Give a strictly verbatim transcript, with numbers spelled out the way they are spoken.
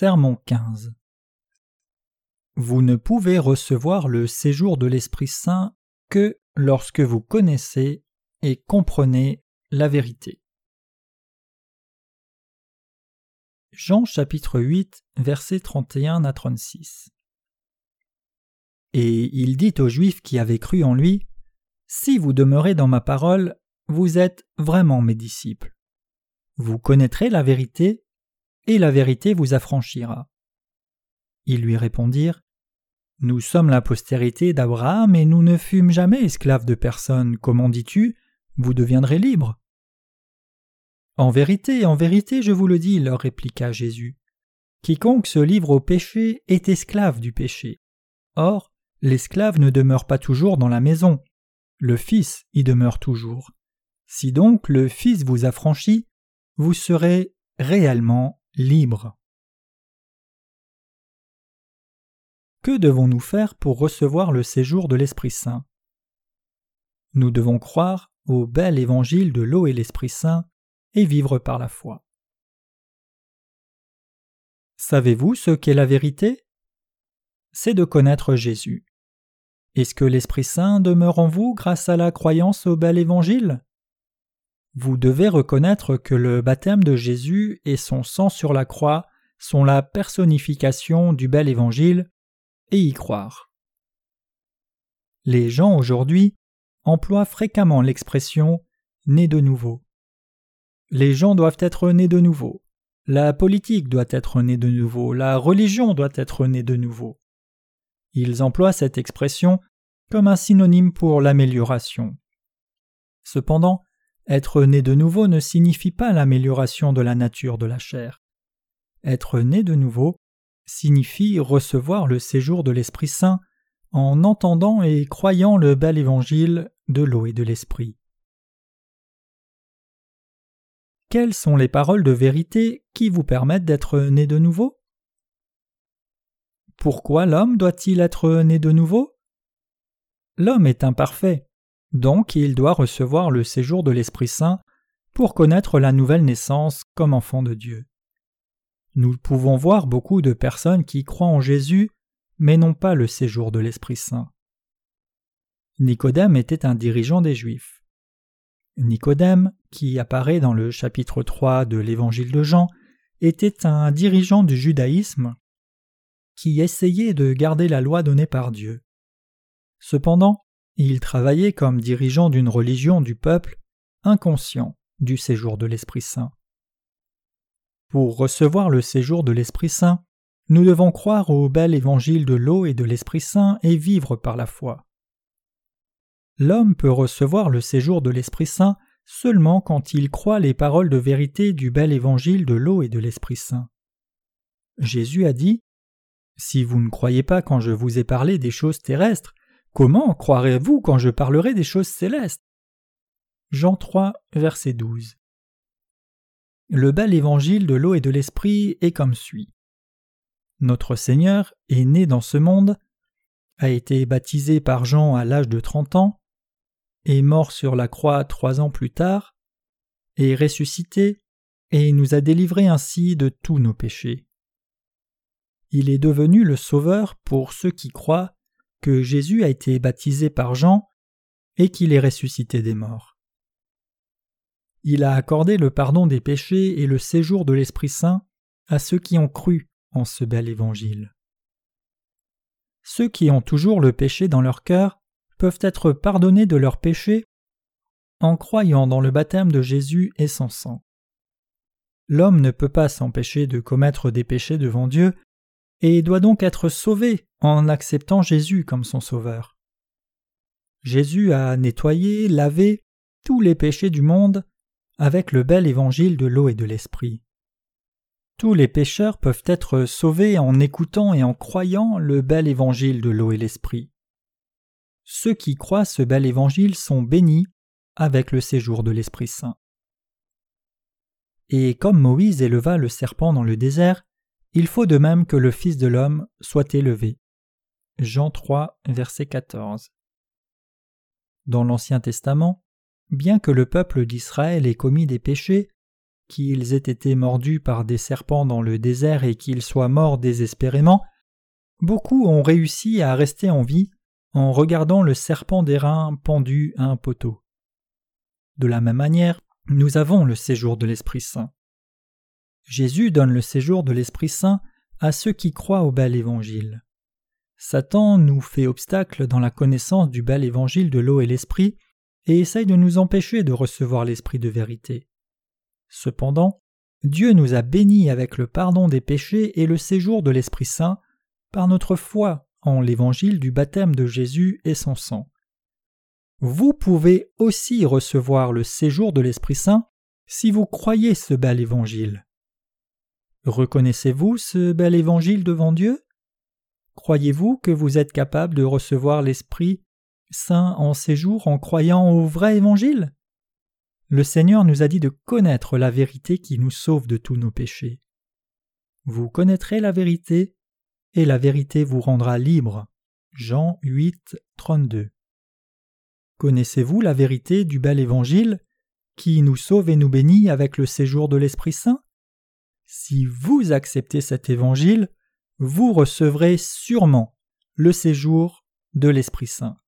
Sermon quinze. Vous ne pouvez recevoir le séjour de l'Esprit Saint que lorsque vous connaissez et comprenez la vérité. Jean chapitre huit, versets trente et un à trente-six. Et il dit aux Juifs qui avaient cru en lui, « Si vous demeurez dans ma parole, vous êtes vraiment mes disciples. Vous connaîtrez la vérité, et la vérité vous affranchira. » Ils lui répondirent, « Nous sommes la postérité d'Abraham et nous ne fûmes jamais esclaves de personne. Comment dis-tu, vous deviendrez libres ?» « En vérité, en vérité, je vous le dis, leur répliqua Jésus. Quiconque se livre au péché est esclave du péché. Or, l'esclave ne demeure pas toujours dans la maison. Le Fils y demeure toujours. Si donc le Fils vous affranchit, vous serez réellement libres. » Que devons-nous faire pour recevoir le séjour de l'Esprit Saint ? Nous devons croire au bel évangile de l'eau et l'Esprit Saint et vivre par la foi. Savez-vous ce qu'est la vérité ? C'est de connaître Jésus. Est-ce que l'Esprit Saint demeure en vous grâce à la croyance au bel évangile ? Vous devez reconnaître que le baptême de Jésus et son sang sur la croix sont la personnification du bel évangile et y croire. Les gens aujourd'hui emploient fréquemment l'expression « né de nouveau ». Les gens doivent être nés de nouveau. La politique doit être née de nouveau. La religion doit être née de nouveau. Ils emploient cette expression comme un synonyme pour l'amélioration. Cependant, être né de nouveau ne signifie pas l'amélioration de la nature de la chair. Être né de nouveau signifie recevoir le séjour de l'Esprit Saint en entendant et croyant le bel évangile de l'eau et de l'Esprit. Quelles sont les paroles de vérité qui vous permettent d'être né de nouveau ? Pourquoi l'homme doit-il être né de nouveau ? L'homme est imparfait, donc il doit recevoir le séjour de l'Esprit Saint pour connaître la nouvelle naissance comme enfant de Dieu. Nous pouvons voir beaucoup de personnes qui croient en Jésus, mais n'ont pas le séjour de l'Esprit Saint. Nicodème était un dirigeant des Juifs. Nicodème, qui apparaît dans le chapitre trois de l'Évangile de Jean, était un dirigeant du judaïsme qui essayait de garder la loi donnée par Dieu. Cependant, il travaillait comme dirigeant d'une religion du peuple, inconscient du séjour de l'Esprit Saint. Pour recevoir le séjour de l'Esprit Saint, nous devons croire au bel évangile de l'eau et de l'Esprit Saint et vivre par la foi. L'homme peut recevoir le séjour de l'Esprit Saint seulement quand il croit les paroles de vérité du bel évangile de l'eau et de l'Esprit Saint. Jésus a dit « Si vous ne croyez pas quand je vous ai parlé des choses terrestres, comment croirez-vous quand je parlerai des choses célestes ?» Jean trois, verset douze. Le bel évangile de l'eau et de l'Esprit est comme suit. Notre Seigneur est né dans ce monde, a été baptisé par Jean à l'âge de trente ans, est mort sur la croix trois ans plus tard, est ressuscité et nous a délivrés ainsi de tous nos péchés. Il est devenu le Sauveur pour ceux qui croient que Jésus a été baptisé par Jean et qu'il est ressuscité des morts. Il a accordé le pardon des péchés et le séjour de l'Esprit Saint à ceux qui ont cru en ce bel évangile. Ceux qui ont toujours le péché dans leur cœur peuvent être pardonnés de leurs péchés en croyant dans le baptême de Jésus et son sang. L'homme ne peut pas s'empêcher de commettre des péchés devant Dieu et doit donc être sauvé en acceptant Jésus comme son sauveur. Jésus a nettoyé, lavé tous les péchés du monde avec le bel évangile de l'eau et de l'Esprit. Tous les pécheurs peuvent être sauvés en écoutant et en croyant le bel évangile de l'eau et l'Esprit. Ceux qui croient ce bel évangile sont bénis avec le séjour de l'Esprit Saint. Et comme Moïse éleva le serpent dans le désert, il faut de même que le Fils de l'homme soit élevé. Jean trois, verset quatorze. Dans l'Ancien Testament, bien que le peuple d'Israël ait commis des péchés, qu'ils aient été mordus par des serpents dans le désert et qu'ils soient morts désespérément, beaucoup ont réussi à rester en vie en regardant le serpent d'airain pendu à un poteau. De la même manière, nous avons le séjour de l'Esprit Saint. Jésus donne le séjour de l'Esprit Saint à ceux qui croient au bel évangile. Satan nous fait obstacle dans la connaissance du bel évangile de l'eau et l'esprit et essaye de nous empêcher de recevoir l'esprit de vérité. Cependant, Dieu nous a bénis avec le pardon des péchés et le séjour de l'Esprit Saint par notre foi en l'évangile du baptême de Jésus et son sang. Vous pouvez aussi recevoir le séjour de l'Esprit Saint si vous croyez ce bel évangile. Reconnaissez-vous ce bel évangile devant Dieu? Croyez-vous que vous êtes capable de recevoir l'Esprit Saint en séjour en croyant au vrai évangile? Le Seigneur nous a dit de connaître la vérité qui nous sauve de tous nos péchés. Vous connaîtrez la vérité, et la vérité vous rendra libre. Jean huit, trente-deux. Connaissez-vous la vérité du bel évangile qui nous sauve et nous bénit avec le séjour de l'Esprit Saint? Si vous acceptez cet évangile, vous recevrez sûrement le séjour de l'Esprit Saint.